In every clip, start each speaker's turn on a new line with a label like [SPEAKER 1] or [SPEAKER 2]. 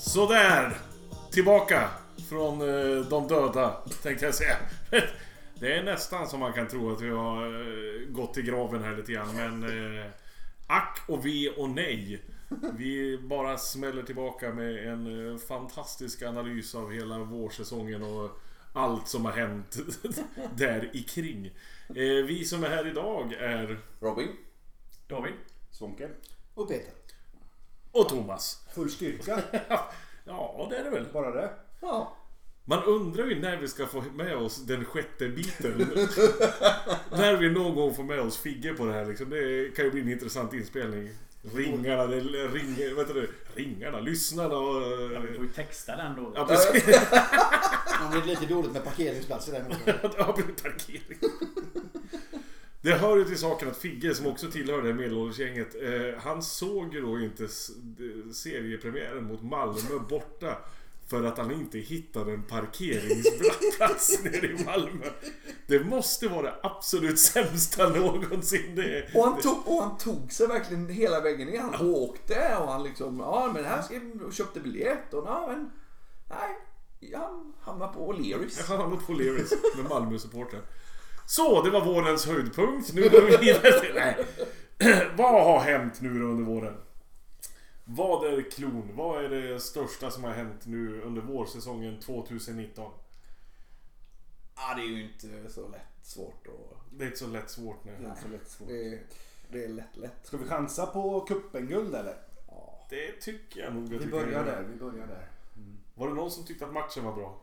[SPEAKER 1] Sådär, tillbaka från de döda, tänkte jag säga. Det är nästan som man kan tro att vi har gått i graven här lite grann. Men ack och ve och nej. Vi bara smäller tillbaka med en fantastisk analys av hela vårsäsongen och allt som har hänt där i kring. Vi som är här idag är
[SPEAKER 2] Robin,
[SPEAKER 3] David,
[SPEAKER 4] Svånke
[SPEAKER 2] och Peter.
[SPEAKER 1] och Thomas.
[SPEAKER 4] Full styrka.
[SPEAKER 1] Ja, det är det väl.
[SPEAKER 4] Bara det.
[SPEAKER 2] Ja.
[SPEAKER 1] Man undrar ju när vi ska få med oss den sjätte biten. När vi någon gång får med oss Figge på det här liksom. Det kan ju bli en intressant inspelning. Ringarna, ringarna, lyssnarna och...
[SPEAKER 3] Ja, vi får ju texta den då.
[SPEAKER 1] Ja, precis.
[SPEAKER 2] Det blir lite dåligt med parkeringsplatser där.
[SPEAKER 1] Ja, parkering. Det hör ju till saken att Figge, som också tillhör det här medelåldersgänget, han såg ju då inte seriepremiären mot Malmö borta för att han inte hittade en parkeringsplats nere i Malmö. Det måste vara det absolut sämsta någonsin.
[SPEAKER 2] Och han tog sig verkligen hela vägen ner. Han åkte och han liksom, ja men här ska jag köpte biljett och nej, han hamnade på O'Learys.
[SPEAKER 1] Han hamnade på O'Learys med Malmö-supporter. Så, det var vårens höjdpunkt. Nu går vi vidare till... Nej. Vad har hänt nu under våren? Vad är klon? Vad är det största som har hänt nu under vårsäsongen 2019?
[SPEAKER 2] Ja, det är ju inte så lätt svårt att...
[SPEAKER 1] Det är inte så lätt svårt nu.
[SPEAKER 4] Det är så lätt svårt.
[SPEAKER 2] Det är lätt.
[SPEAKER 4] Ska vi chansa på cupen-guld eller?
[SPEAKER 2] Ja.
[SPEAKER 1] Det tycker jag nog.
[SPEAKER 4] Vi börjar där.
[SPEAKER 1] Var det någon som tyckte att matchen var bra?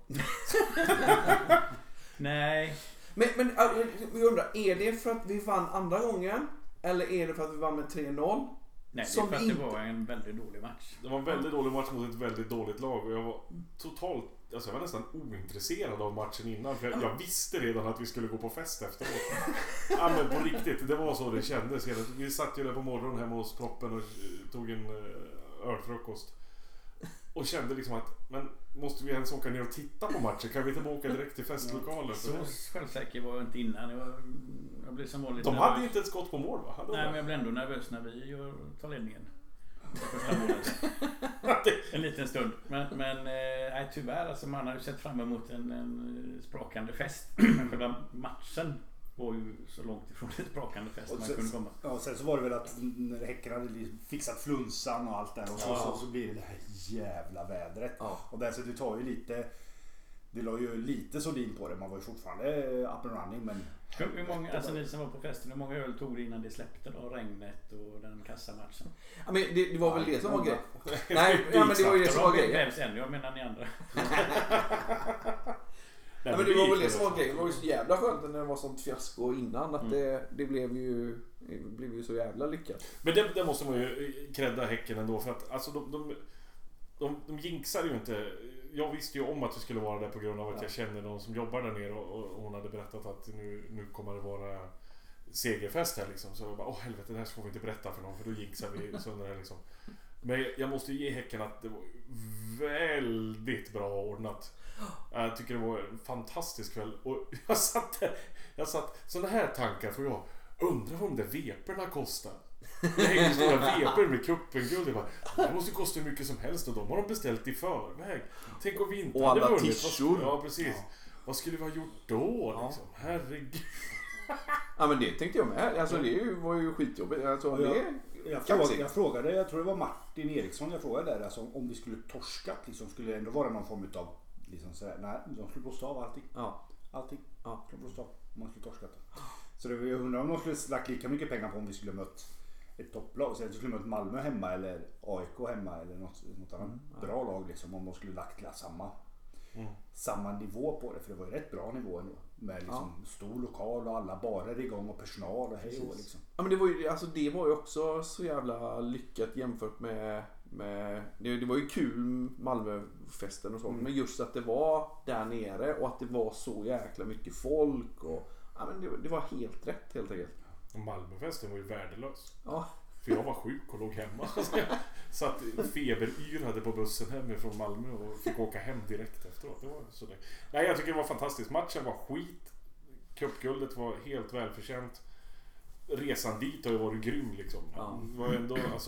[SPEAKER 3] Nej.
[SPEAKER 2] Men vi undrar, är det för att vi vann andra gången? Eller är det för att vi vann med 3-0?
[SPEAKER 3] Nej, det är för att det var en väldigt dålig match.
[SPEAKER 1] Det var en väldigt dålig match mot ett väldigt dåligt lag. Och jag var totalt... Alltså jag var nästan ointresserad av matchen innan. För jag visste redan att vi skulle gå på fest efteråt. Ja, men på riktigt, det var så det kändes. Vi satt ju där på morgonen hemma hos Proppen och tog en ölfrukost. Och kände liksom att, men måste vi ens åka ner och titta på matchen? Kan vi inte åka direkt till festlokalen?
[SPEAKER 3] Så självsäker var jag inte innan. Jag blev som vanligt
[SPEAKER 1] De
[SPEAKER 3] nervös.
[SPEAKER 1] hade inte ett skott på mål, va?
[SPEAKER 3] Nej, men jag blev ändå nervös när vi tar ledningen. Första målet. En liten stund. Men nej, tyvärr, alltså, man har ju sett fram emot en sprakande fest. Men själva matchen var ju så långt ifrån en sprakande fest man kunde komma.
[SPEAKER 4] Ja, sen så var det väl att när Häcken hade fixat flunsan och allt där och så blir det här jävla vädret.
[SPEAKER 2] Ja.
[SPEAKER 4] Och där så det tar ju lite... Det la ju lite sordin på det. Man var ju fortfarande up and running, men...
[SPEAKER 3] Hur många, alltså ni som var på festen, hur många öl tog det innan det släppte då? Regnet och den kassamatchen?
[SPEAKER 2] Ja, men det var väl det som var grejen. Nej, men det var ju det som var grejen.
[SPEAKER 3] Jag menar ni andra.
[SPEAKER 2] Ja, men det var väl det som var grejen. Det var ju så jävla skönt när det var sånt fiasko innan att det blev ju så jävla lyckat.
[SPEAKER 1] Men det måste man ju credda Häcken ändå, för att alltså de jinxar ju inte. Jag visste ju om att det skulle vara där på grund av att jag känner någon som jobbar där nere och hon hade berättat att nu kommer det vara segerfest här liksom. Så jag bara, helvete, det här får vi inte berätta för någon, för då jinxar vi sönder det liksom. Men jag måste ju ge Häcken att det var väldigt bra ordnat. Jag tycker det var en fantastisk kväll. Och jag satt sådana här tankar, för jag undrar om det veperna kostar. Det hänger stora veper med cupen-guld. Det måste kosta hur mycket som helst, och de har de beställt i förväg. Tänk om vi inte
[SPEAKER 2] och
[SPEAKER 1] hade
[SPEAKER 2] alla
[SPEAKER 1] vunnit.
[SPEAKER 2] tishor.
[SPEAKER 1] Ja, precis. Ja. Vad skulle vi ha gjort då liksom? Herregud.
[SPEAKER 2] Ja, men det tänkte jag med. Alltså det var ju skitjobbigt. Alltså,
[SPEAKER 4] Jag frågade, jag tror det var Martin Eriksson, jag frågade där alltså, om vi skulle torskat liksom, skulle det ändå vara någon form av liksom sådär, nej, de skulle blåsa av allting.
[SPEAKER 2] Ja.
[SPEAKER 4] Allting. Ja, skulle blåsa av om man skulle torskat det. Så det var, jag undrar om de skulle lagt lika mycket pengar på om vi skulle mött ett topplag. Så att vi skulle mött Malmö hemma eller AIK hemma eller något annat bra lag liksom, om de skulle lagt samma nivå på det, för det var ju rätt bra nivå ändå med liksom stor lokal och alla barer igång och personal och hej och liksom.
[SPEAKER 2] Ja, men det var ju också så jävla lyckat jämfört med det var ju kul Malmöfesten och sånt, men just att det var där nere och att det var så jäkla mycket folk och ja, men det var helt rätt helt enkelt.
[SPEAKER 1] Malmöfesten var ju värdelös.
[SPEAKER 2] Ja.
[SPEAKER 1] För jag var sjuk och låg hemma. Så att feberyrade på bussen hemifrån Malmö och fick åka hem direkt efteråt. Det var så det. Nej, jag tycker det var fantastiskt. Matchen var skit. Cupguldet var helt välförtjänt. Resan dit har ju varit grym liksom.
[SPEAKER 2] Ja.
[SPEAKER 1] Det var ändå, alltså,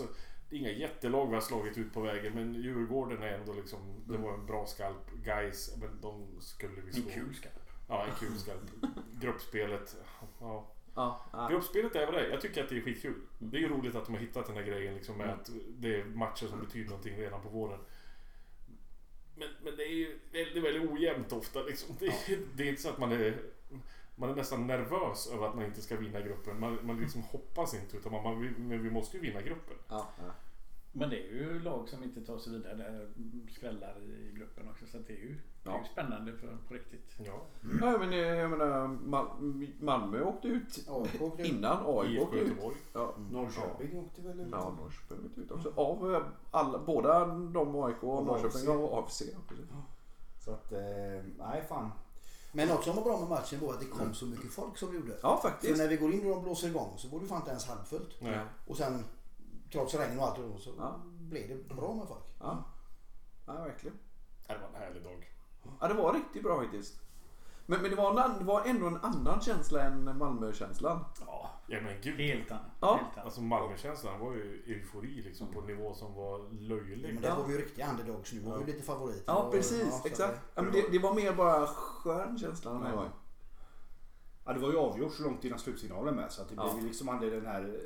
[SPEAKER 1] det är inga jättelag vi har slagit ut på vägen, men Djurgården är ändå liksom, det var en bra skalp. Guys, men de skulle vi slå.
[SPEAKER 3] En kul skalp.
[SPEAKER 1] Ja, en kul skalp. Gruppspelet, ja.
[SPEAKER 2] Ja.
[SPEAKER 1] Gruppspelet är väl det. Jag tycker att det är skitkul. Det är ju roligt att de har hittat den här grejen liksom, med att det är matcher som betyder någonting redan på våren. Men det är ju väldigt ojämnt ofta liksom. Det är inte så att man är nästan nervös över att man inte ska vinna gruppen. Man liksom hoppas inte, utan men vi måste ju vinna gruppen.
[SPEAKER 2] Ja.
[SPEAKER 3] Men det är ju lag som inte tar sig vidare där skrällar i gruppen också, så att det är ju spännande på riktigt.
[SPEAKER 1] Ja.
[SPEAKER 2] Ja, men jag menar Malmö åkte ut innan AIK åkte ut. Ja.
[SPEAKER 4] Norrköping åkte väl ut?
[SPEAKER 2] Ja, Norrköping åkte ut också. Av båda de AIK och Norrköping och AFC.
[SPEAKER 4] Så att, nej fan.
[SPEAKER 5] Men något som var bra med matchen var att det kom så mycket folk som gjorde.
[SPEAKER 2] Ja, faktiskt.
[SPEAKER 5] Så när vi går in och de blåser igång så var det fan inte ens halvfullt.
[SPEAKER 1] Nej.
[SPEAKER 5] Och sen, trots regn och allt då, så blev det bra med folk.
[SPEAKER 2] Ja, verkligen.
[SPEAKER 1] Det var en härlig dag.
[SPEAKER 2] Ja, det var riktigt bra faktiskt. Men det var ändå en annan känsla än Malmö-känslan.
[SPEAKER 1] Ja, men gud.
[SPEAKER 3] Helt annat.
[SPEAKER 2] Ja.
[SPEAKER 3] Helt annat.
[SPEAKER 1] Alltså Malmö-känslan var ju eufori liksom, på en nivå som var löjlig.
[SPEAKER 5] Men det var ju riktiga underdogs nu. var ju lite favorit.
[SPEAKER 2] Ja, precis.
[SPEAKER 5] så
[SPEAKER 2] Exakt. Men det var mer bara skön känsla den här gången.
[SPEAKER 4] Ja, det var ju avgjort så långt innan slutsignalen med, så att det blev ju liksom aldrig den här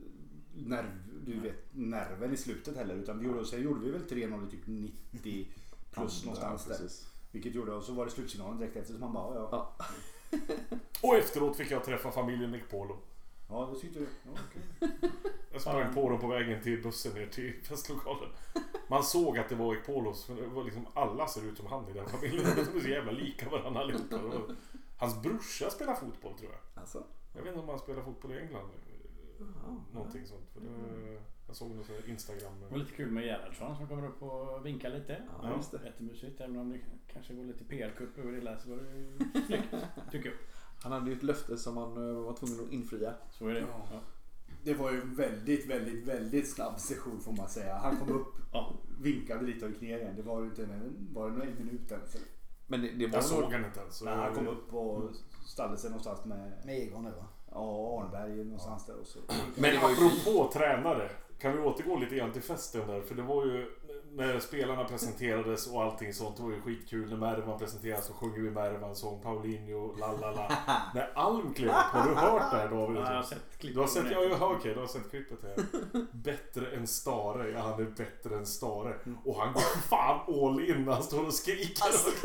[SPEAKER 4] nerven i slutet heller, utan sen gjorde vi väl 3-0 i typ 90 plus någonstans där. Vilket gjorde, och så var det slutsignalen direkt efter, så man bara ja.
[SPEAKER 1] Och efteråt fick jag träffa familjen Ekpolo.
[SPEAKER 4] Ja, det tyckte du. Ja, okay.
[SPEAKER 1] Jag sprang på dem på vägen till bussen ner till festlokalen. Man såg att det var Ekpolos, för det var liksom, alla ser ut som han i den familjen. De är så jävla lika varandra allihopa. Hans brorsa spelar fotboll, tror jag.
[SPEAKER 2] Alltså.
[SPEAKER 1] Jag vet inte om han spelar fotboll i England. Någonting sånt. För jag såg något på Instagram.
[SPEAKER 3] Det var lite kul med Gerhardsson som kommer upp och vinkar lite.
[SPEAKER 2] Ja, just det.
[SPEAKER 3] Jättemysigt, även om det kanske var lite PR-kupp över det hela, så var det snyggt, tycker jag.
[SPEAKER 2] Han hade ju ett löfte som han var tvungen att infria.
[SPEAKER 3] Så är det.
[SPEAKER 4] Ja. Det var ju en väldigt, väldigt, väldigt snabb session får man säga. Han kom upp, vinkade lite och gick ner igen. Det var ju inte en minut ens.
[SPEAKER 2] Men det var
[SPEAKER 1] jag såg han inte ens.
[SPEAKER 4] Han kom upp och ställde sig någonstans med
[SPEAKER 5] Egon nu va?
[SPEAKER 4] Ja, Arnberg någonstans där. Och så.
[SPEAKER 1] Men apropå tränare, kan vi återgå lite grann till festen där? För det var ju när spelarna presenterades och allting sånt, det var ju skitkul. När Mervan presenterades så sjunger vi Mervan sång, Paulinho, lalala. När Alm klev upp, har du hört det här David?
[SPEAKER 3] Ja, jag har sett klippet.
[SPEAKER 1] Du har sett, okej, du har sett klippet här. Bättre än Stare, ja, han är bättre än Stare. Och han går fan all in när han står och skriker.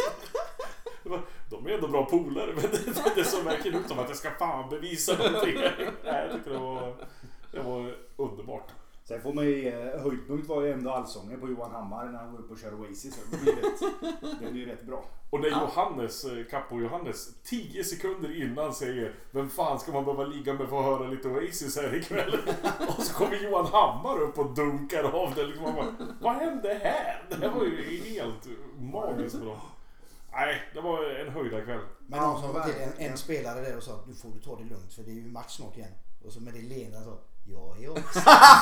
[SPEAKER 1] De är ändå bra polare, men det som verkar ut som att jag ska fan bevisa någonting. Jag tycker det var underbart.
[SPEAKER 4] Sen får man ju, höjdpunkt var ju ändå allsången på Johan Hammar när han går upp och kör Oasis. Det blir rätt bra.
[SPEAKER 1] Och när Johannes, Capo Johannes, 10 sekunder innan säger vem fan ska man behöva ligga med för att höra lite Oasis här ikväll? Och så kommer Johan Hammar upp och dunkar av det. Liksom, bara, vad hände här? Det här var ju helt magiskt för dem. Nej, det var en höjda kväll.
[SPEAKER 5] Men någon som var till en spelare där och sa nu får du ta det lugnt för det är ju match snart igen. Och så med det leende så jag är också.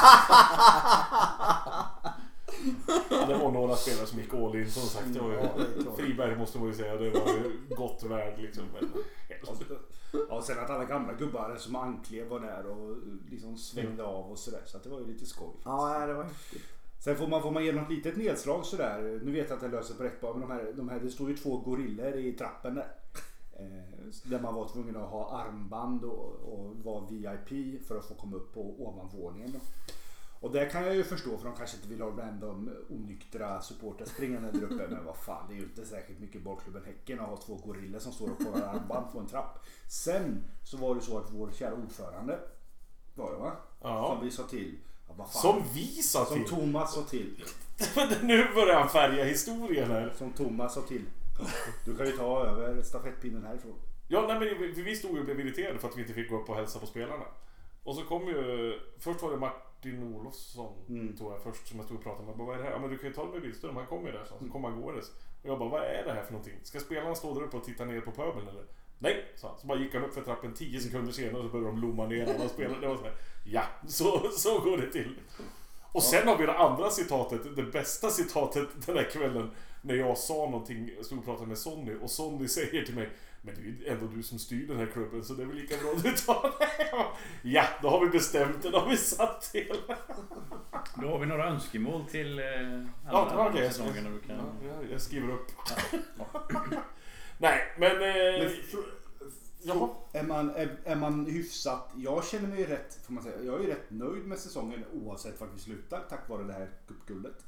[SPEAKER 1] Det var några spelare som gick all in, som sagt. Friberg måste man ju säga, det var ju gott värd liksom.
[SPEAKER 4] Ja, sen att alla gamla gubbar som Anklev var där och liksom svängde av och sådär, så att det var ju lite skoj.
[SPEAKER 2] Ja, det var häftigt.
[SPEAKER 4] Sen får man ge något litet nedslag sådär. Nu vet jag att jag löser på rätt bra, men de här, det står ju 2 gorillor i trappen där. Där man var tvungen att ha armband och vara VIP för att få komma upp på ovanvåningen. Då. Och det kan jag ju förstå, för de kanske inte vill ha random onyktra supportrar springande där uppe. Men vad fan, det är ju inte särskilt mycket bollklubben Häcken att ha 2 gorillor som står och kollar armband på en trapp. Sen så var det så att vår kära ordförande var det va?
[SPEAKER 1] Ja.
[SPEAKER 4] Som vi sa till.
[SPEAKER 1] Som vi sa till?
[SPEAKER 4] Som Thomas sa till.
[SPEAKER 1] Nu börjar han färga historien här.
[SPEAKER 4] Som Thomas sa till. Du kan ju ta över stafettpinnen härifrån.
[SPEAKER 1] Ja, nej, men vi stod ju och blev irriterade för att vi inte fick gå upp och hälsa på spelarna. Och så kom ju, först var det Martin Olofsson tror jag först som jag stod och pratade med. Vad är det här? Ja, men du kan ju ta det med Billström, han kom ju där så kom han gåendes. Och jag bara, vad är det här för någonting? Ska spelarna stå där uppe och titta ner på pöbeln eller? Nej, så bara gick han upp för trappen 10 sekunder senare och så började de lomma ner alla spelare. Det var så här, ja, så går det till. Och sen har vi det andra citatet, det bästa citatet den här kvällen, när jag sa någonting, stod och pratade med Sonny, och Sonny säger till mig: men det är ju ändå du som styr den här klubben, så det är väl lika bra du tar det. Ja, då har vi bestämt det, då har vi satt till.
[SPEAKER 3] Då har vi några önskemål till andra säsongen.
[SPEAKER 1] Jag skriver upp. Nej, men
[SPEAKER 4] är man hyfsat, jag känner mig rätt, får man säga, jag är rätt nöjd med säsongen oavsett vart vi slutar tack vare det här cupguldet.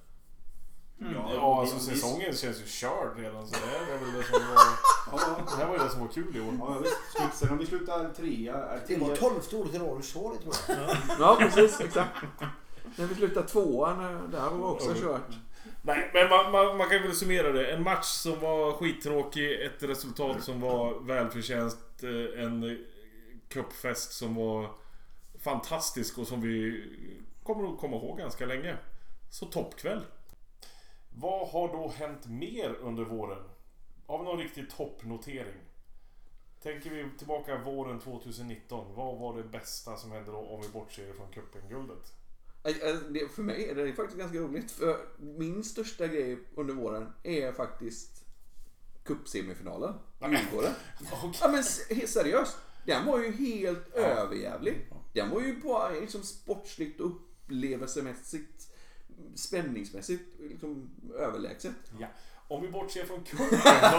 [SPEAKER 1] Ja, alltså säsongen känns ju körd redan, så det är väl det som var, det här var ju det som var kul i år.
[SPEAKER 4] Ja, visst. Sen om vi slutar 3.
[SPEAKER 5] Det var 12 året i rad du sa det, tror jag.
[SPEAKER 2] Ja, precis, exakt. När vi slutade 2:an, där var också kört.
[SPEAKER 1] Nej, men man kan väl summera det. En match som var skittråkig, ett resultat som var välförtjänt, en cupfest som var fantastisk och som vi kommer att komma ihåg ganska länge. Så toppkväll. Vad har då hänt mer under våren? Har vi någon riktig toppnotering? Tänker vi tillbaka våren 2019, vad var det bästa som hände då, om vi bortser från cupenguldet?
[SPEAKER 2] För mig är det faktiskt ganska roligt. För min största grej under våren är faktiskt cupsemifinalen i Djurgården. Ja, men seriöst. Den var ju helt överjävlig. Den var ju på liksom sportsligt och upplevelsemässigt, spänningsmässigt liksom överlägset.
[SPEAKER 1] Ja. Om vi bortser från cupen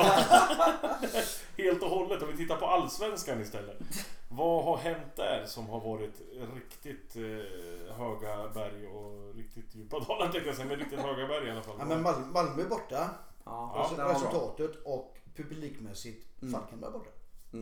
[SPEAKER 1] helt och hållet, om vi tittar på allsvenskan istället. Vad har hänt där som har varit riktigt höga berg och riktigt djupa dalar, tänkte jag säga, men riktigt höga berg i alla fall.
[SPEAKER 5] Ja, men Malmö borta.
[SPEAKER 2] Ja,
[SPEAKER 5] Resultatet och publikmässigt Falkenberg borta.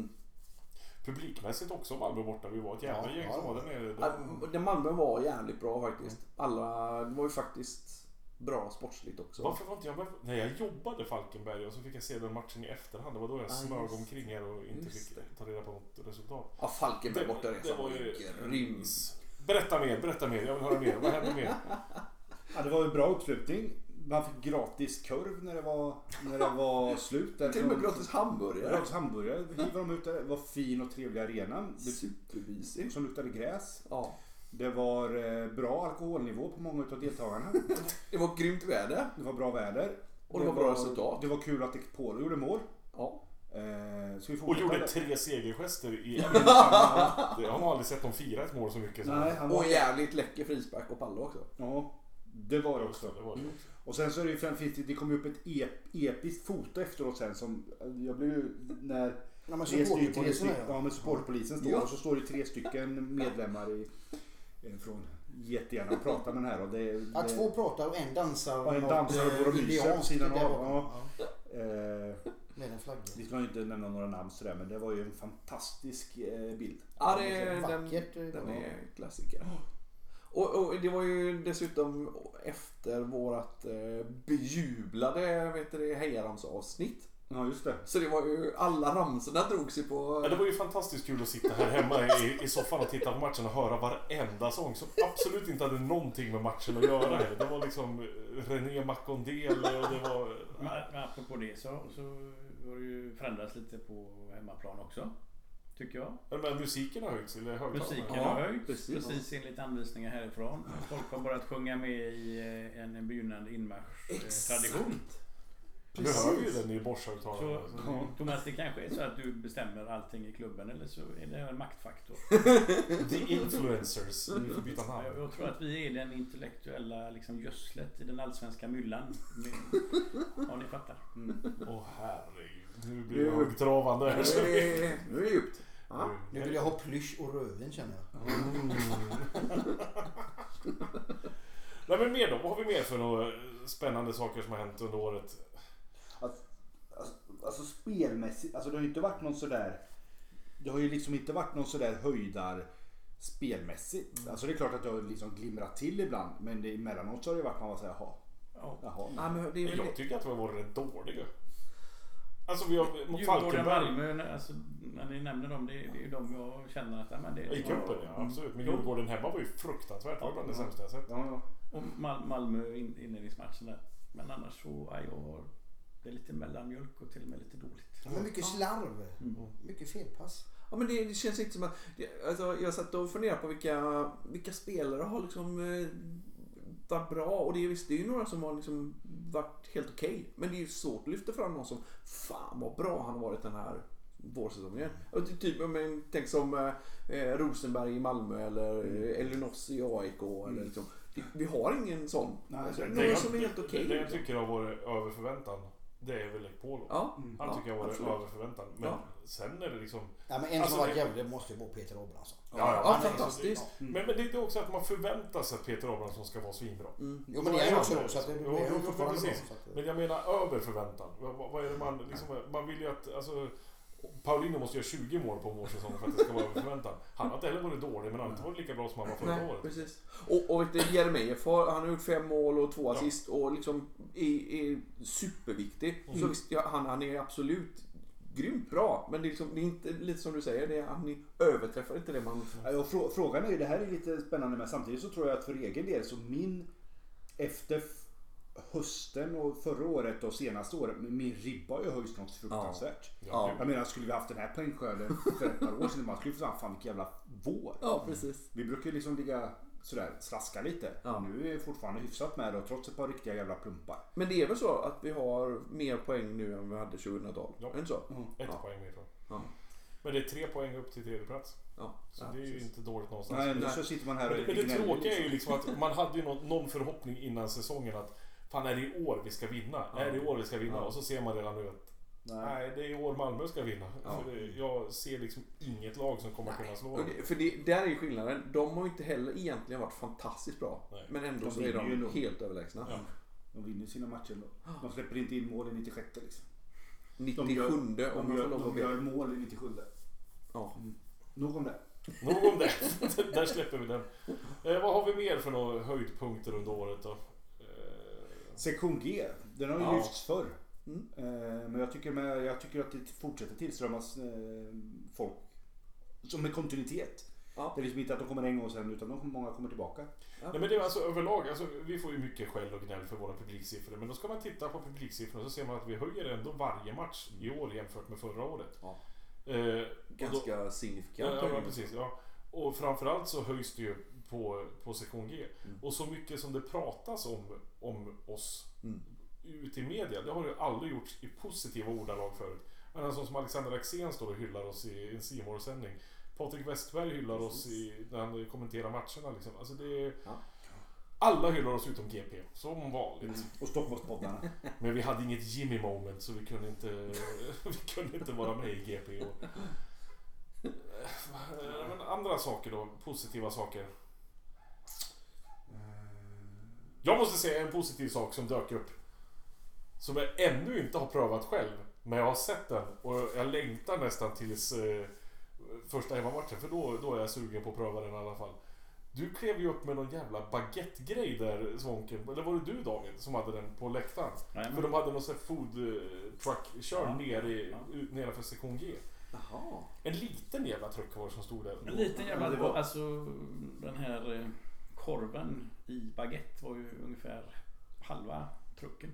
[SPEAKER 1] Publikmässigt också Malmö borta. Vi var ett jävla gäng som var där nere.
[SPEAKER 2] Malmö var jävligt bra faktiskt. Det var ju faktiskt bra sportsligt också.
[SPEAKER 1] Varför var inte jag med? När jag jobbade Falkenberg och så fick jag se den matchen i efterhand. Det var då jag smög omkring här och inte fick ta reda på något resultat.
[SPEAKER 2] Ja, Falkenberg borta
[SPEAKER 1] det var ju
[SPEAKER 2] rims.
[SPEAKER 1] Berätta mer. Jag vill höra mer. Vad hände mer?
[SPEAKER 4] Ja, det var ju bra uppslutning. Man fick gratis korv när det var slut.
[SPEAKER 2] Till och med gratis hamburgare.
[SPEAKER 4] Gratis hamburgare. Hivade de ut där. Det var fin och trevlig arena.
[SPEAKER 2] Supervisig.
[SPEAKER 4] Som luktade gräs.
[SPEAKER 2] Ja.
[SPEAKER 4] Det var bra alkoholnivå på många av deltagarna.
[SPEAKER 2] Det var grymt väder.
[SPEAKER 4] Det var bra väder.
[SPEAKER 2] Och det var bra resultat.
[SPEAKER 4] Det var kul att Pål gjorde mål.
[SPEAKER 2] Ja.
[SPEAKER 1] Och gjorde 3 segergester i det har man aldrig sett dem fira ett mål så mycket.
[SPEAKER 4] Nej,
[SPEAKER 2] och jävligt läcker frispark och palla också.
[SPEAKER 4] Ja, det var det också. Och sen så är det ju, det kom upp ett episkt foto efteråt sen som jag blev ju när supportpolisen står och så står det 3 stycken medlemmar från jättegärna och pratar med den här. Och
[SPEAKER 5] 2 pratar och en dansar.
[SPEAKER 4] Och en dansar och går och myser på sidan av.
[SPEAKER 5] Med en flagga.
[SPEAKER 4] Vi ska ju inte nämna några namn sådär, men det var ju en fantastisk bild.
[SPEAKER 2] Ja, den är klassiker. Och det var ju dessutom efter vårat bejublade hejaramsavsnitt.
[SPEAKER 4] Ja, just det.
[SPEAKER 2] Så det var ju, alla ramsorna drog sig på...
[SPEAKER 1] Ja, det var ju fantastiskt kul att sitta här hemma i soffan och titta på matchen och höra varenda sång som absolut inte hade någonting med matchen att göra. Det var liksom René Macondel och det var...
[SPEAKER 3] Men apropå det så var det ju förändras lite på hemmaplan också, tycker jag.
[SPEAKER 1] Men musiken har höjts, eller högtalarna?
[SPEAKER 3] Musiken har höjts, precis enligt anvisningar härifrån. Folk har börjat sjunga med i en begynnande inmarsch-tradition.
[SPEAKER 1] Du hör ju den i borshögtalarna.
[SPEAKER 3] Så Thomas, det kanske är så att du bestämmer allting i klubben, eller så är det en maktfaktor.
[SPEAKER 1] The influencers. Vi får byta namn.
[SPEAKER 3] Jag tror att vi är den intellektuella liksom gödslet i den allsvenska myllan. Ja, ni fattar.
[SPEAKER 1] Herregud. Nu blir det högtravande här.
[SPEAKER 2] Nu är det djupt.
[SPEAKER 5] Nu vill jag ha plysch och röven, känner jag.
[SPEAKER 1] Nej, men mer då. Vad har vi mer för några spännande saker som har hänt under året?
[SPEAKER 4] Alltså spelmässigt, alltså det har ju inte varit någon sådär, det har ju liksom inte varit någon sådär höjdar spelmässigt. Alltså det är klart att det har liksom glimrat till ibland, men det, emellanåt så har det varit man var såhär, jaha.
[SPEAKER 1] Jag tycker att vi har varit rätt dåliga. Alltså vi har mot
[SPEAKER 3] Djurgården, Malmö, alltså, när ni nämner dem, det är ju de jag känner att men det
[SPEAKER 1] i cupen, ja, absolut. Men Djurgården hemma var ju fruktansvärt, var bland det sämsta jag sett.
[SPEAKER 4] Ja.
[SPEAKER 3] Och Malmö inledningsmatchen där. Men annars så det är lite mellanmjölk och till och med lite dåligt.
[SPEAKER 5] Men mycket slarv. Mycket felpass.
[SPEAKER 2] Ja, men det känns inte som att... Alltså, jag satt och funderade på vilka spelare har liksom hittar bra. Och det är ju några som har liksom varit helt okej. Men det är ju svårt att lyfta fram någon som fan vad bra han har varit den här vårsäsongen. Och typ, tänk som Rosenberg i Malmö eller Elinos i AIK. Eller liksom. Vi har ingen sån. Alltså, någon som är helt okej.
[SPEAKER 1] Det jag tycker har varit över förväntan, det är väl Lekpolo.
[SPEAKER 2] Ja,
[SPEAKER 1] Han tycker jag har varit över förväntan. Men sen är det liksom...
[SPEAKER 5] Ja, men en som var jävligt måste ju vara Peter Abrahamsson.
[SPEAKER 2] Ja, fantastiskt.
[SPEAKER 1] Men det är också att man förväntar sig att Peter Abrahamsson ska vara svinbra.
[SPEAKER 5] Jo, men det är också så att det är fortfarande bra.
[SPEAKER 1] Men jag menar över förväntan. Vad är det man liksom... Man vill ju att... Alltså, Paulinho måste göra 20 mål på en vårsäsong för att det ska vara över förväntan. Han har inte heller varit dålig, men han har inte varit lika bra som han var förra året.
[SPEAKER 2] Precis. Och vet du, Jeremejeff han har gjort 5 mål och 2 assist och liksom är superviktig. Så visst, han är absolut grymt bra, men det är, liksom, det är inte lite som du säger, han överträffar inte det man...
[SPEAKER 4] Ja, frågan är ju, det här är lite spännande, men samtidigt så tror jag att för egen del så efter hösten och förra året och senaste året, min ribba har ju höjts något fruktansvärt.
[SPEAKER 2] Ja.
[SPEAKER 4] Jag menar, skulle vi haft den här poängskörden för ett par år sedan, man skulle få fan vilken jävla vår.
[SPEAKER 2] Ja, precis.
[SPEAKER 4] Vi brukar ju liksom ligga sådär, slaska lite.
[SPEAKER 2] Ja.
[SPEAKER 4] Nu är vi fortfarande hyfsat med det, trots ett par riktiga jävla plumpar.
[SPEAKER 2] Men det är väl så att vi har mer poäng nu än vi hade 2012?
[SPEAKER 1] Ja.
[SPEAKER 2] Är det så?
[SPEAKER 1] Ett poäng mer tror jag.
[SPEAKER 2] Ja.
[SPEAKER 1] Men det är 3 poäng upp till 3:e plats.
[SPEAKER 2] Ja.
[SPEAKER 1] Så det är ju inte dåligt någonstans.
[SPEAKER 4] Nej, nu så sitter man här och
[SPEAKER 1] men det tråkiga är ju liksom att man hade ju någon förhoppning innan säsongen att fan, är det i år vi ska vinna? Är det i år vi ska vinna? Och så ser man redan nu att nej, det är i år Malmö ska vinna. För jag ser liksom inget lag som kommer kunna slå dem.
[SPEAKER 2] För där är ju skillnaden. De har ju inte heller egentligen varit fantastiskt bra. Nej. Men ändå så är de helt överlägsna.
[SPEAKER 4] Ja. De vinner sina matcher då. De släpper inte in mål i 96 liksom.
[SPEAKER 2] 97
[SPEAKER 4] de gör mål i 97.
[SPEAKER 2] Ja.
[SPEAKER 4] Nog om det.
[SPEAKER 1] Där släpper vi den. Vad har vi mer för några höjdpunkter under året då?
[SPEAKER 4] Sektion G, den har ju lyfts förr. Men jag tycker att det fortsätter tillströmmas folk som med kontinuitet. Ja. Det är liksom inte att de kommer en gång sen, utan många kommer tillbaka.
[SPEAKER 1] Ja. Nej, men det är alltså överlag, alltså, vi får ju mycket skäll och gnäll för våra publiksiffror, men då ska man titta på publiksiffrorna så ser man att vi höjer ändå varje match i år jämfört med förra året.
[SPEAKER 2] Ja. Ganska signifikant.
[SPEAKER 1] Ja, precis. Ja. Och framförallt så höjs det ju på sektion G. Och så mycket som det pratas om oss ute i media, det har ju aldrig gjorts i positiva ordalag förut. Men en sån som Alexander Axén står och hyllar oss i en C-more-sändning. Patrik Westberg hyllar oss när han kommenterar matcherna liksom. Alltså det är, alla hyllar oss utom GP, som vanligt.
[SPEAKER 4] Och Stockholmspoddarna.
[SPEAKER 1] Men vi hade inget Jimmy moment, så vi kunde inte vara med i GP. Men andra saker då, positiva saker. Jag måste säga en positiv sak som dök upp, som jag ännu inte har prövat själv, men jag har sett den och jag längtar nästan tills första hemmamatchen, för då är jag sugen på att pröva den i alla fall. Du klev ju upp med någon jävla baguette-grej där, Svånken. Eller var det du, David, som hade den på läktaren? För de hade någon sån här food truck-kör nere för sektion G.
[SPEAKER 2] Jaha.
[SPEAKER 1] En liten jävla truck var det som stod där.
[SPEAKER 3] En liten jävla, alltså den här korven i baguette var ju ungefär halva trucken.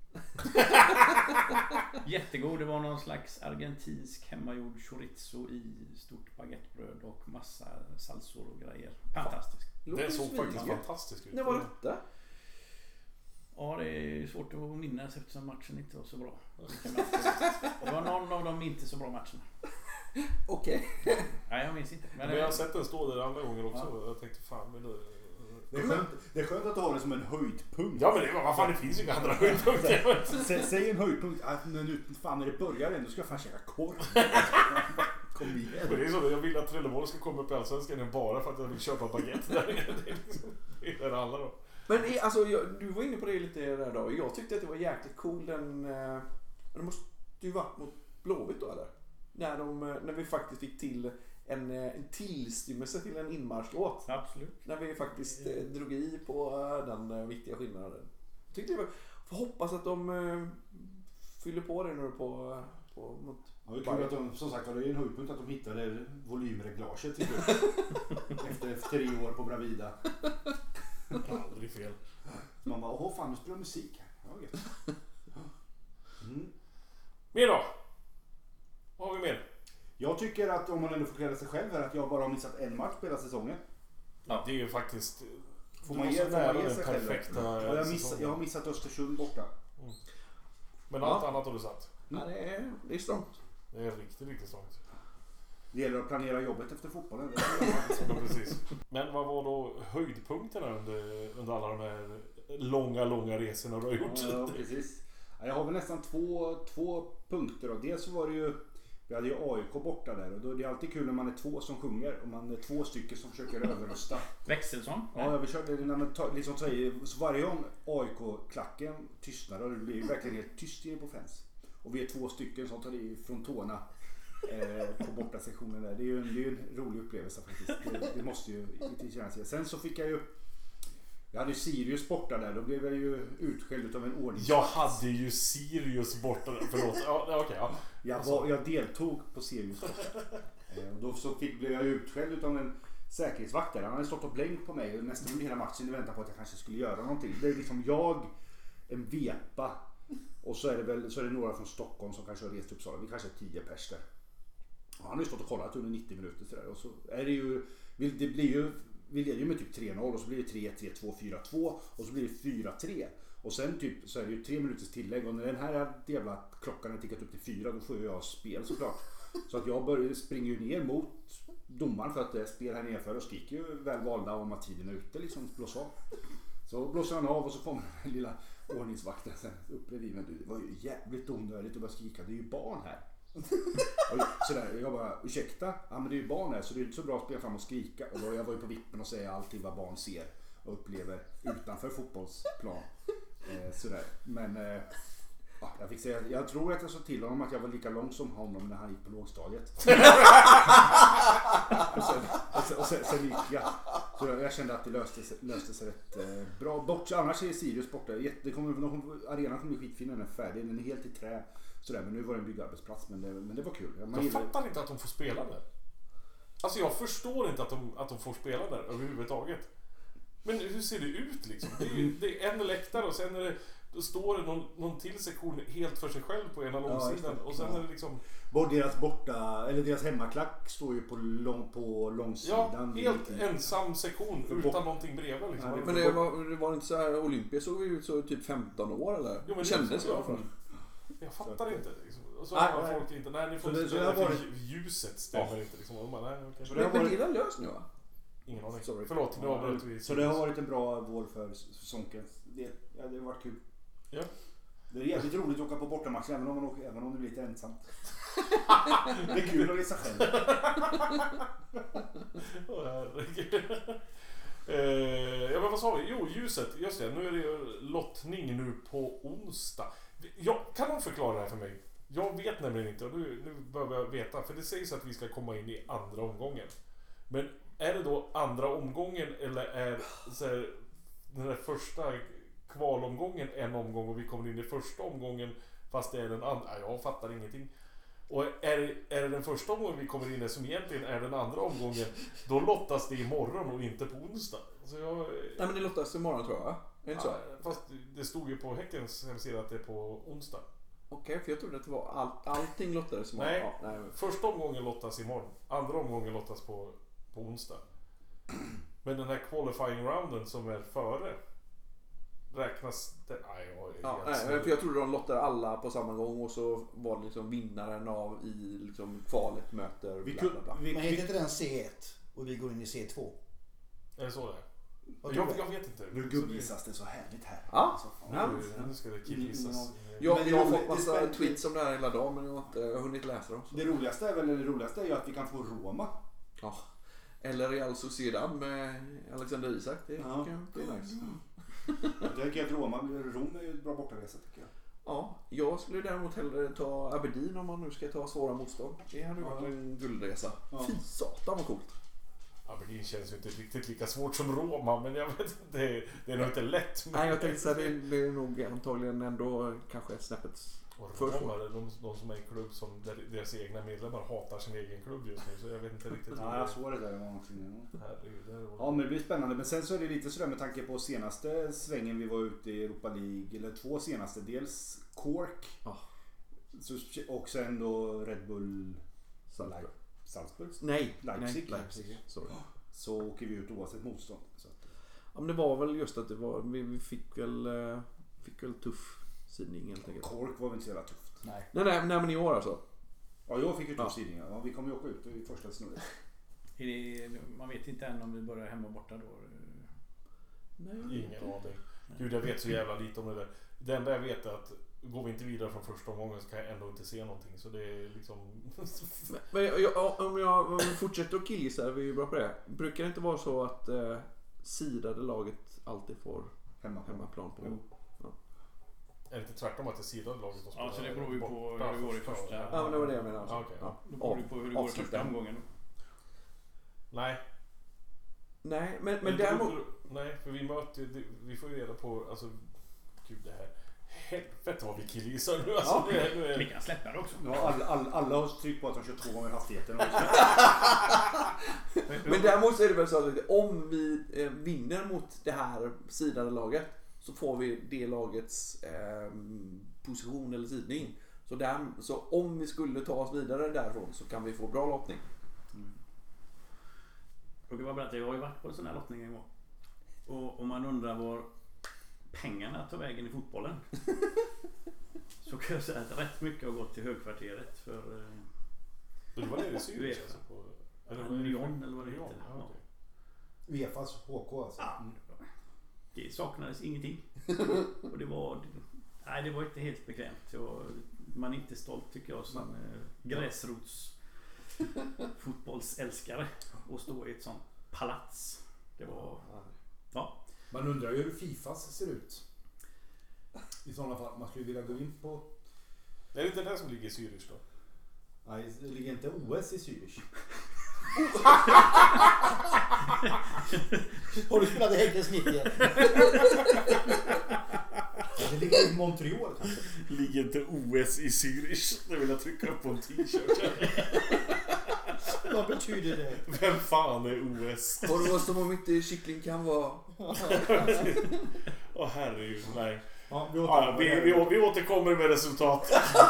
[SPEAKER 3] Jättegod, det var någon slags argentinsk hemmagjord chorizo i stort baguettebröd och massa salsor och grejer. Fantastiskt.
[SPEAKER 1] Det såg faktiskt fantastiskt ut.
[SPEAKER 2] När var detta?
[SPEAKER 3] Ja, det är svårt att minnas eftersom matchen inte var så bra. Det var någon av de inte så bra matcherna.
[SPEAKER 2] Okej.
[SPEAKER 3] Nej, jag minns inte.
[SPEAKER 1] Men jag har sett den stå där andra gånger också. Ja. Jag tänkte fan, men då...
[SPEAKER 4] Det är skönt att ha det som en höjdpunkt.
[SPEAKER 1] Ja, men vad fan, det finns ju inga andra höjdpunkter.
[SPEAKER 4] Säg en höjdpunkt. När det börjar ändå ska jag fan käka korv. Kom igen.
[SPEAKER 1] Men det är så, jag vill att Trelleborg ska komma upp i Allsvenskan bara för att jag vill köpa baguette där. Det är det alla då.
[SPEAKER 2] Men alltså, du var inne på det lite där då. Jag tyckte att det var jäkligt cool det måste ju varit mot Blåvitt då, eller? När vi faktiskt fick till en tillstymmelse till en inmarschlåt.
[SPEAKER 3] Absolut.
[SPEAKER 2] När vi faktiskt drog i på den viktiga skillnaden. Tyckte jag får hoppas att de fyller på det nu på mot.
[SPEAKER 4] Ja, jag tror att de, som sagt, det är en höjdpunkt att de hittade volymreglaget efter 3 år på Bravida.
[SPEAKER 1] Aldrig fel.
[SPEAKER 4] Man bara, åh fan, nu spelar musik här. Ja, vet.
[SPEAKER 1] Mer då? Vad har vi mer?
[SPEAKER 4] Jag tycker att om man ändå får kläda sig själv här, att jag bara har missat en match på hela säsongen.
[SPEAKER 1] Ja, det är ju faktiskt
[SPEAKER 4] Får man ge sig själv?
[SPEAKER 1] perfekta
[SPEAKER 4] Jag har missat Östersund borta.
[SPEAKER 1] Men allt annat har du satt?
[SPEAKER 2] Ja, det är strångt.
[SPEAKER 1] Det är riktigt strångt.
[SPEAKER 4] Det gäller att planera jobbet efter fotbollen.
[SPEAKER 1] Ja, precis. Men vad var då höjdpunkterna under alla de här långa resorna du har gjort?
[SPEAKER 4] Ja, precis. Jag har väl nästan två punkter. Och dels så var det ju, vi hade ju AIK borta där. Och då är det alltid kul när man är två som sjunger och man är två stycken som försöker överrösta.
[SPEAKER 3] Växelsång?
[SPEAKER 4] Ja, vi körde det när man liksom säger, så varje gång AIK-klacken tystnar och det blir ju verkligen helt tyst inne på Friends. Och vi är två stycken som tar i från tårna på borta sektionen där. Det är ju en rolig upplevelse faktiskt. Det måste ju inte kännas. Sen så fick jag hade ju Sirius borta där. Då blev jag ju utskälld av en ordningsvakt.
[SPEAKER 1] Jag hade ju Sirius borta där. Förlåt. Ja.
[SPEAKER 4] Jag deltog på Sirius borta. Och då så blev jag utskälld av en säkerhetsvakt där. Han hade stått och blänkt på mig nästan under hela matchen i väntan på att jag kanske skulle göra någonting. Det är liksom jag, en vepa. Och så är det några från Stockholm som kanske har rest upp Uppsala. Vi kanske är 10 pers där. Och han har ju stått och kollat under 90 minuter sådär. Och så är det ju, vi leder ju med typ 3-0 och så blir det 3-3, 2-4-2 och så blir det 4-3. Och sen typ så är det ju 3 minuters tillägg och när den här jävla klockan har tickat upp till 4 då får jag spel såklart. Så att jag springer ju ner mot domaren för att det är spel här nerför och skriker ju väl valda om att tiden är ute liksom, blås av. Så blåser han av och så kommer den lilla ordningsvakten sen upp bredvid mig. Det var ju jävligt onödigt att bara skrika, det är ju barn här. Sådär, jag bara, ursäkta, ja men det är ju barn här så det är inte så bra att spela fram och skrika. Och då, jag var ju på vippen och säga allting vad barn ser och upplever utanför fotbollsplan. Sådär, men jag fick säga, jag tror att jag sa till honom att jag var lika lång som honom när han gick på lågstadiet. och sen gick jag. Så jag kände att det löste sig rätt bra. Bort, annars är Sirius borta. Arenan kommer bli skitfin när den är färdig. Den är helt i trä. Sådär, men nu var det en byggarbetsplats. Men det var kul.
[SPEAKER 1] Jag fattar inte att de får spela där. Alltså jag förstår inte att de får spela där överhuvudtaget. Men hur ser det ut liksom? Det är en läktare och sen är det... Då står det någon till sektion helt för sig själv på ena långsidan och sen är det liksom...
[SPEAKER 4] Deras hemmaklack står ju på långsidan.
[SPEAKER 1] Ja, helt ensam sektion utan någonting bredvid liksom.
[SPEAKER 2] Ja, men det var inte så här, Olympia såg vi ut så typ 15 år eller?
[SPEAKER 1] Jo, men
[SPEAKER 2] kändes jag för.
[SPEAKER 1] Jag fattar inte liksom. Och så har folk inte, nej ni får inte spela för ljuset stämmer inte liksom. Och man, nej, okay.
[SPEAKER 2] Men det är löst nu va?
[SPEAKER 1] Ingen aning. Sorry. Förlåt, nu avbröt vi.
[SPEAKER 4] Så det har varit en bra vår för Sonken. Det har varit kul. Ja. Det är jävligt roligt att åka på bortamatch även om det blir lite ensamt. Det är kul att resa själv.
[SPEAKER 1] Ja men vad sa vi? Jo, ljuset. Just det, nu är det lottning nu på onsdag. Kan någon förklara det här för mig? Jag vet nämligen inte och nu behöver jag veta. För det sägs att vi ska komma in i andra omgången. Men är det då andra omgången eller är så här, den där första kvalomgången en omgång och vi kommer in i första omgången fast det är den andra? Jag fattar ingenting. Och är det den första omgången vi kommer in i som egentligen är den andra omgången, då lottas det imorgon och inte på onsdag. Så
[SPEAKER 2] Nej men det lottas imorgon tror jag. Är det så?
[SPEAKER 1] Fast det stod ju på Häckens hemsida att det är på onsdag.
[SPEAKER 2] Okej, för jag trodde att det var allting lottades imorgon.
[SPEAKER 1] Nej, första omgången lottas imorgon. Andra omgången lottas på onsdag. Men den här qualifying rounden som är före räknas det...
[SPEAKER 2] för jag trodde de lottade alla på samma gång och så var det liksom vinnaren av i liksom kvalet möter
[SPEAKER 5] Men heter inte den C1 och vi går in i C2?
[SPEAKER 1] Är det så det är? Jag vet inte.
[SPEAKER 4] Nu gubbgissas det så härligt här.
[SPEAKER 2] Ja.
[SPEAKER 1] Nu ska det killgissas.
[SPEAKER 2] Jag har fått massa tweets om det här hela dagen men jag har inte hunnit läsa dem. Så.
[SPEAKER 4] Det roligaste är ju att vi kan få Roma.
[SPEAKER 2] Ja. Eller Real Sociedad med Alexander Isak. Det kan bli nice.
[SPEAKER 4] Jag tycker att Rom är ju ett bra bortaresa tycker jag.
[SPEAKER 2] Ja, jag skulle däremot hellre ta Aberdeen om man nu ska ta svåra motstånd. Det hade varit en guldresa. Ja. Fy satan vad coolt.
[SPEAKER 1] Aberdeen känns ju inte riktigt lika svårt som Roma, men jag vet inte, det är nog inte lätt.
[SPEAKER 2] Nej, jag tänkte att det är nog antagligen ändå kanske ett snäppet
[SPEAKER 1] först. De som är en klubb som deras egna medlemmar hatar sin egen klubb just nu, så jag vet inte riktigt.
[SPEAKER 4] Nej, jag såg det där någonting. Ja, men det blir spännande. Men sen så är det lite sådär med tanke på senaste svängen vi var ute i Europa League, eller två senaste, dels Cork och sen då Red Bull Salzburg.
[SPEAKER 2] Nej,
[SPEAKER 4] Leipzig.
[SPEAKER 2] Sorry.
[SPEAKER 4] Så åker vi ut oavsett motstånd. Så att,
[SPEAKER 2] Ja, men det var väl just att det var, vi fick väl tuff sidning helt enkelt.
[SPEAKER 4] Cork var väl inte så jävla tufft.
[SPEAKER 2] Nej, men i år alltså.
[SPEAKER 4] Ja, jag fick ju tuff sidning. Ja, vi kommer ju åka ut i första snurret.
[SPEAKER 3] Man vet inte än om vi börjar hemma och borta då.
[SPEAKER 2] Nej.
[SPEAKER 1] Ingen aning. Gud, jag vet så jävla lite om det där. Det enda jag vet är att går vi inte vidare från första omgången så kan jag ändå inte se någonting. Så det är liksom...
[SPEAKER 2] Men om vi fortsätter att killgissa, vi är ju bra på det. Brukar det inte vara så att sidade laget alltid får hemmaplan på?
[SPEAKER 1] Är det inte tvärtom att det sidade laget?
[SPEAKER 3] Ja, så det beror ju på hur det går i första.
[SPEAKER 2] Ja, men det var det jag menade. Alltså.
[SPEAKER 1] Okay.
[SPEAKER 3] Ja, det beror ju på hur det går i första omgången.
[SPEAKER 1] Nej,
[SPEAKER 2] men däremot...
[SPEAKER 1] Nej, för vi får ju reda på, alltså, gud det här. Helvete vad vi killgissar nu. Alltså,
[SPEAKER 3] Ja, vi kan släppa det också.
[SPEAKER 4] Ja, alla har tryckt på att de kör 2 gånger hastigheten.
[SPEAKER 2] Men däremot så är det väl så att om vi vinner mot det här sidade laget så får vi det lagets position eller sidning. Så om vi skulle ta oss vidare därifrån så kan vi få bra lottning.
[SPEAKER 3] Jag har ju varit på en sån här lottning en gång. Och om man undrar var pengarna tar vägen i fotbollen så kan jag säga att rätt mycket har gått till högkvarteret för
[SPEAKER 1] det var det i Syrien alltså på
[SPEAKER 3] Lyon eller vad det heter.
[SPEAKER 1] Ja.
[SPEAKER 5] UEFAs HK alltså.
[SPEAKER 3] Ja, det saknades ingenting. Och det var inte helt bekvämt. Man är inte stolt tycker jag som gräsrots fotbollsälskare och stå i ett sånt palats. Det var
[SPEAKER 5] Man undrar ju hur Fifas ser ut. I sådana fall. Man skulle vilja gå in på...
[SPEAKER 1] Det är inte det som ligger i Zürich då?
[SPEAKER 5] Nej, det ligger inte OS i Zürich. Har du spelat i Häckens 90? Det ligger i Montreal kanske.
[SPEAKER 1] Ligger inte OS i Zürich? Det vill jag trycka upp på en t-shirt.
[SPEAKER 5] Vad betyder det?
[SPEAKER 1] Vem fan är OS?
[SPEAKER 2] Och det var som om inte kyckling kan vara...
[SPEAKER 1] Herregud, nej.
[SPEAKER 5] Ja,
[SPEAKER 1] vi återkommer med resultat.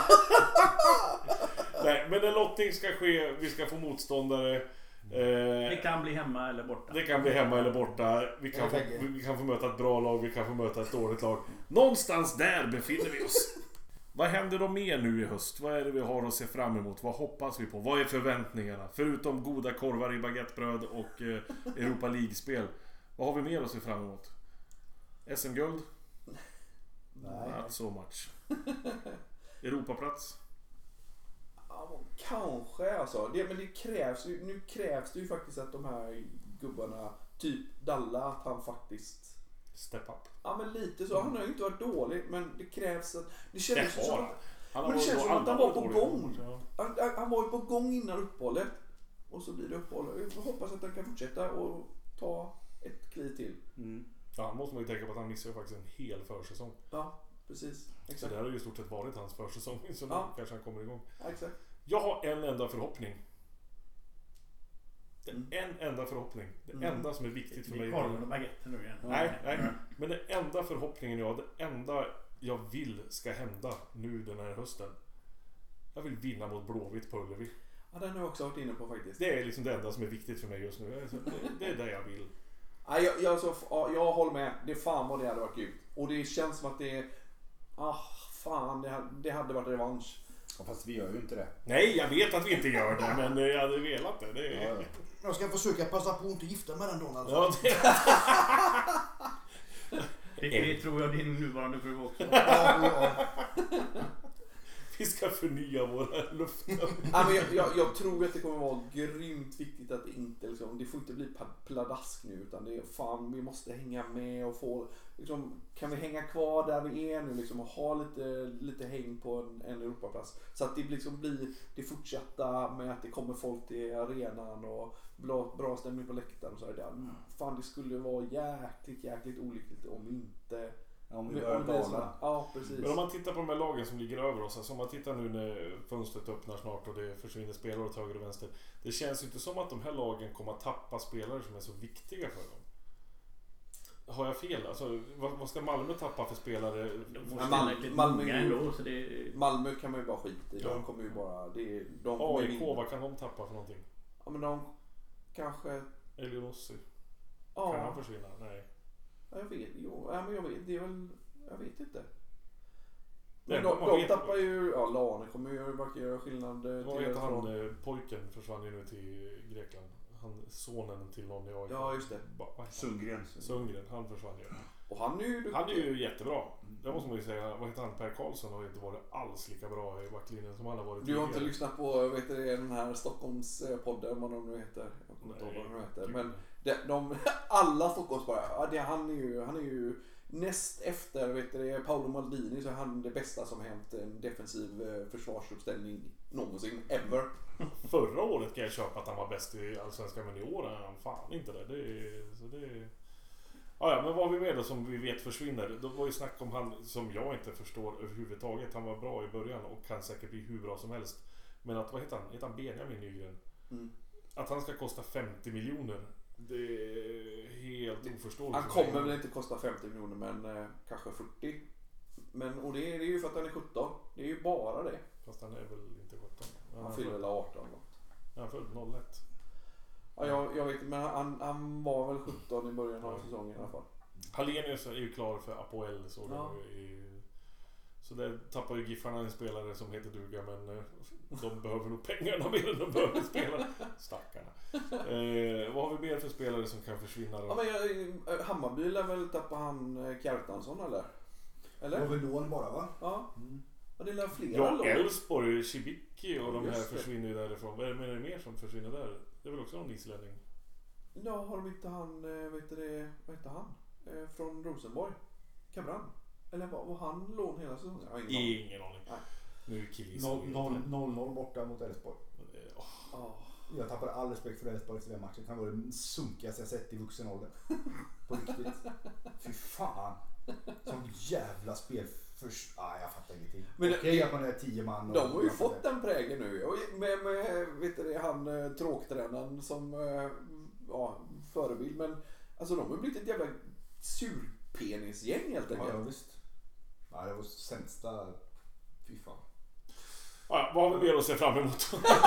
[SPEAKER 1] Nej, men en lottning ska ske. Vi ska få motståndare.
[SPEAKER 3] Det kan bli hemma eller borta.
[SPEAKER 1] Det kan bli hemma eller borta. Vi kan få möta ett bra lag. Vi kan få möta ett dåligt lag. Någonstans där befinner vi oss. Vad händer då mer nu i höst? Vad är det vi har att se fram emot? Vad hoppas vi på? Vad är förväntningarna? Förutom goda korvar i baguettebröd och Europa League-spel. Vad har vi mer att se fram emot? SM-guld?
[SPEAKER 5] Nej.
[SPEAKER 1] Not so much. Europaplats?
[SPEAKER 2] Ja, kanske alltså. Men det krävs ju, nu krävs det ju faktiskt att de här gubbarna, typ Dalla, att han faktiskt...
[SPEAKER 1] Step up.
[SPEAKER 2] Ja, men lite så. Han har ju inte varit dålig, men det krävs att... Det känns
[SPEAKER 1] Det
[SPEAKER 2] som
[SPEAKER 1] har han.
[SPEAKER 2] men det känns som att han var på gång.
[SPEAKER 1] Ja.
[SPEAKER 2] Han var ju på gång innan uppehållet. Och så blir det uppehåll. Jag hoppas att han kan fortsätta och ta ett kliv till.
[SPEAKER 1] Ja, han måste man ju tänka på att han missar ju faktiskt en hel försäsong.
[SPEAKER 2] Ja, precis.
[SPEAKER 1] Så
[SPEAKER 2] Exakt.
[SPEAKER 1] det här har ju i stort sett varit hans försäsong. Så nu kanske han kommer igång.
[SPEAKER 2] Ja, exakt.
[SPEAKER 1] Jag har en enda förhoppning. En enda förhoppning. Det enda som är viktigt för mig.
[SPEAKER 3] Korven och baguetten nu igen.
[SPEAKER 1] Nej. Men den enda förhoppningen det enda jag vill ska hända nu den här hösten. Jag vill vinna mot Blåvitt på Ullevi.
[SPEAKER 2] Ja, den har jag också varit inne på faktiskt.
[SPEAKER 1] Det är liksom det enda som är viktigt för mig just nu. Det är det jag vill.
[SPEAKER 2] Ja, jag håller med. Det fan vad det hade varit kul. Och det känns som att det... det hade varit revansch.
[SPEAKER 4] Ja, fast vi gör ju inte det.
[SPEAKER 1] Nej, jag vet att vi inte gör det, men jag hade velat det.
[SPEAKER 4] Ja.
[SPEAKER 5] Jag ska försöka passa på att inte gifta med den då alltså.
[SPEAKER 1] Ja,
[SPEAKER 3] Det tror jag din nuvarande fru också.
[SPEAKER 5] Ja.
[SPEAKER 1] Vi ska förnya våra luften.
[SPEAKER 2] Ja, men jag tror att det kommer vara grymt viktigt att det får inte bli pladask nu, utan det är fan, vi måste hänga med och få liksom, kan vi hänga kvar där vi är nu liksom, och ha lite häng på en Europaplats, så att det liksom blir det fortsätta med att det kommer folk till arenan och bra stämning på läktaren och så där. Fan, det skulle vara jäkligt olyckligt om vi inte...
[SPEAKER 4] Om vi börjar dala.
[SPEAKER 2] Ja, precis.
[SPEAKER 1] Men om man tittar på de här lagen som ligger över oss, alltså om man tittar nu när fönstret öppnar snart och det försvinner spelare åt höger och vänster. Det känns ju inte som att de här lagen kommer att tappa spelare som är så viktiga för dem. Har jag fel? Alltså, vad ska Malmö tappa för spelare?
[SPEAKER 2] Malmö kan man ju bara skita i. De kommer ju bara...
[SPEAKER 1] AIK, vad kan de tappa för någonting?
[SPEAKER 2] Ja, men de kanske...
[SPEAKER 1] Elionossi.
[SPEAKER 2] Ja.
[SPEAKER 1] Kan han försvinna? Nej.
[SPEAKER 2] Jag vet. Jo, ja, men jag vet. Det är väl... Jag vet inte.
[SPEAKER 1] Det
[SPEAKER 2] Men
[SPEAKER 1] enda man
[SPEAKER 2] de
[SPEAKER 1] vet-
[SPEAKER 2] tappar ju... Ja, Lane kommer ju verkar göra skillnad
[SPEAKER 1] Vad
[SPEAKER 2] till
[SPEAKER 1] heter han?
[SPEAKER 2] från.
[SPEAKER 1] Pojken försvann ju nu till Grekland. Han, sonen till någon i AIK.
[SPEAKER 2] Ja, just det.
[SPEAKER 1] Vad heter han?
[SPEAKER 4] Sundgren.
[SPEAKER 1] Sundgren, han försvann ju.
[SPEAKER 2] Och han är ju duktig.
[SPEAKER 1] Han är ju jättebra. Det måste man ju säga. Vad heter han? Per Karlsson har ju inte varit alls lika bra i backlinjen som han har varit
[SPEAKER 2] Du har inte
[SPEAKER 1] tidigare.
[SPEAKER 2] lyssnat på den här Stockholmspodden, vad de nu heter. Jag kommer inte ihåg vad de heter. Men alla Stockholmsspelare, han är ju näst efter Paolo Maldini, så är han det bästa som hänt en defensiv försvarsuppställning någonsin, ever.
[SPEAKER 1] Förra året kan jag köpa att han var bäst i Allsvenskan, men i år är han fan inte det. Ja, men vad har vi med då som vi vet försvinner? Det var ju snack om han som jag inte förstår överhuvudtaget. Han var bra i början och kan säkert bli hur bra som helst. Men att, vad heter han? Heter han Benjamin Nygren? Att han ska kosta 50 miljoner. Det är helt oförståeligt.
[SPEAKER 2] Han kommer väl inte kosta 50 miljoner, men kanske 40. Och det är ju för att han är 17. Det är ju bara det.
[SPEAKER 1] Fast han är väl inte 17.
[SPEAKER 2] Han fyller väl 18 då.
[SPEAKER 1] Han född 01.
[SPEAKER 2] Ja, jag vet inte, men han var väl 17 i början av säsongen i alla fall.
[SPEAKER 1] Hallenius är ju klar för Apoel, så så där tappar ju Giffarna en spelare som heter duga, men de behöver nog pengarna mer än de behöver spela. Stackarna. Vad har vi mer för spelare som kan försvinna då?
[SPEAKER 2] Ja, men Hammarby lär väl tappa han Kjartansson eller?
[SPEAKER 4] Det var väl lån bara, va?
[SPEAKER 2] Ja. Och det lär flera
[SPEAKER 1] Ja,
[SPEAKER 2] lån.
[SPEAKER 1] Elfsborg, Cibicki och de här
[SPEAKER 2] Just det.
[SPEAKER 1] försvinner ju därifrån. Vad är det mer som försvinner där? Det är väl också någon islänning?
[SPEAKER 2] Ja, har de inte han, vad heter han? Från Rosenborg? Cabran? Eller var han lån hela säsongen? Jag har ingen aning.
[SPEAKER 1] Ingen aning.
[SPEAKER 2] Nej.
[SPEAKER 1] Nu killgissar vi.
[SPEAKER 4] 0-0 borta mot Elfsborg.
[SPEAKER 2] Ja.
[SPEAKER 4] Jag tappar all respekt för Elfsborg efter den matchen. Det kan vara det sunkigaste jag sett i vuxen ålder. På riktigt. Fy fan. Som jävla spel. Jag fattar ingenting.
[SPEAKER 2] Men
[SPEAKER 4] Okej att man är 10 man.
[SPEAKER 2] De har ju fått den prägen nu. Med han tråktränaren som förebild. Men alltså de har blivit ett jävla surpenisgäng helt enkelt.
[SPEAKER 4] Ja, visst. Ja, det var sämsta. Fy fan.
[SPEAKER 1] Ja, vad har vi mer att se fram emot?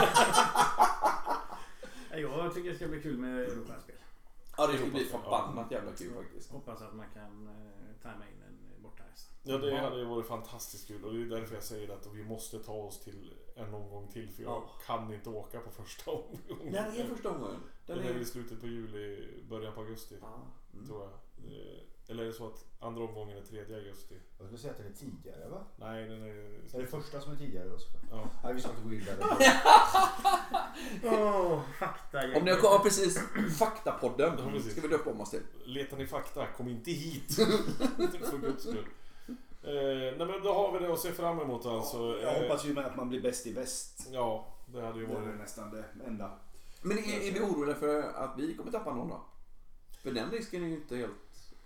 [SPEAKER 3] Jag tycker det ska bli kul med Europaspel.
[SPEAKER 2] Ja, det ska bli förbannat jävla kul faktiskt.
[SPEAKER 3] Hoppas att man kan tajma in en bortaresa.
[SPEAKER 1] Ja, det hade ju varit fantastiskt kul och det är därför jag säger att vi måste ta oss till en omgång till, för jag kan inte åka på första omgången.
[SPEAKER 2] När är första omgången?
[SPEAKER 1] Den är i slutet på juli, början på augusti, tror jag. Eller är det så att andra omgången är 3 augusti?
[SPEAKER 4] Jag skulle säga att den är tidigare, va?
[SPEAKER 1] Nej, den är...
[SPEAKER 4] Är det första som är tidigare då?
[SPEAKER 1] Ja.
[SPEAKER 4] Nej, vi ska inte gå in där.
[SPEAKER 3] Fakta.
[SPEAKER 2] Om ni har kommit precis Faktapodden ska vi döpa om oss till.
[SPEAKER 1] Letar ni fakta, kom inte hit. För guds skull. Nej, men då har vi det att se fram emot alltså.
[SPEAKER 4] Jag hoppas ju med att man blir bäst i väst.
[SPEAKER 1] Ja, det hade ju
[SPEAKER 4] Det
[SPEAKER 1] varit...
[SPEAKER 4] är nästan det enda.
[SPEAKER 2] Men är vi oroliga för att vi kommer tappa någon då? För den risken är ju inte helt...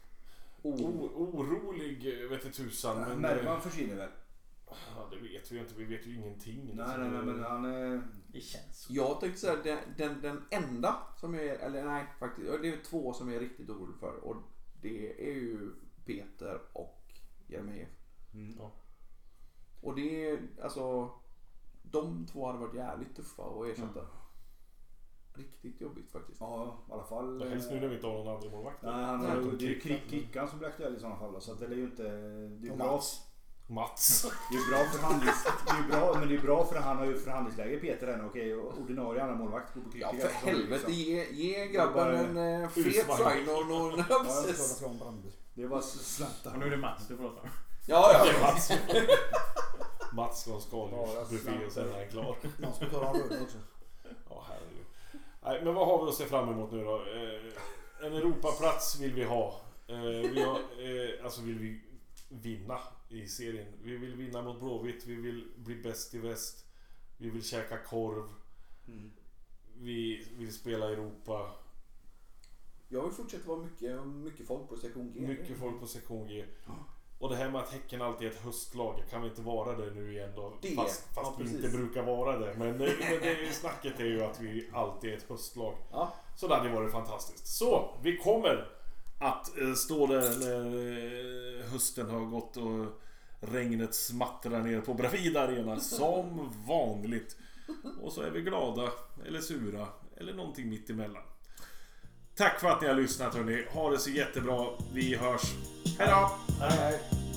[SPEAKER 1] Orolig vet du tusan. Men
[SPEAKER 4] Mervan försvinner väl?
[SPEAKER 1] Ja, det vet vi ju inte. Vi vet ju ingenting.
[SPEAKER 4] Nej, men han är...
[SPEAKER 3] Det känns så.
[SPEAKER 2] Jag tänkte säga den enda som jag är, eller nej faktiskt, det är 2 som jag är riktigt orolig för. Och det är ju Peter och Jeremejeff.
[SPEAKER 1] Ja.
[SPEAKER 2] Och det är alltså, de 2 hade varit jävligt tuffa att ersätta. Riktigt jobbigt faktiskt.
[SPEAKER 4] Ja, i alla fall.
[SPEAKER 1] Helst nu när vi inte har någon andra målvakt.
[SPEAKER 4] Nej, det är Krickan som blir aktuell i sådana fall. Så att det är ju inte... Det är bra.
[SPEAKER 1] Mats.
[SPEAKER 4] Det är bra förhandlings... Men det är bra för han har ju förhandlingsläge Peter än. Okej, ordinarie andra målvakt går på Krickan.
[SPEAKER 2] Ja, för helvete, ge grabben en fet sign och någon...
[SPEAKER 4] Det var slantar.
[SPEAKER 3] Och nu är det Mats du pratar om.
[SPEAKER 2] Ja.
[SPEAKER 1] Mats. Mats ska ha skaldjursbuffé och sen är han klar.
[SPEAKER 5] Någon ska ta den rullen också.
[SPEAKER 1] Ja, herregud. Nej, men vad har vi att se fram emot nu då? En Europaplats vill vi ha. Alltså vill vi vinna i serien. Vi vill vinna mot Blåvitt. Vi vill bli bäst i väst. Vi vill käka korv. Vi vill spela i Europa.
[SPEAKER 2] Jag vill fortsätta vara mycket folk på sektion G.
[SPEAKER 1] Mycket folk på sektion G. Och det här med att Häcken alltid är ett höstlag, kan vi inte vara det nu igen då? Fast vi inte brukar vara det. Men det snacket är ju att vi alltid är ett höstlag.
[SPEAKER 2] Ja.
[SPEAKER 1] Så det hade varit fantastiskt. Så, vi kommer att stå där när hösten har gått och regnet smattrar ner på Bravida Arena som vanligt. Och så är vi glada, eller sura, eller någonting mitt emellan. Tack för att ni har lyssnat hörni. Ha det så jättebra. Vi hörs. Hej då!
[SPEAKER 5] Hej, hej.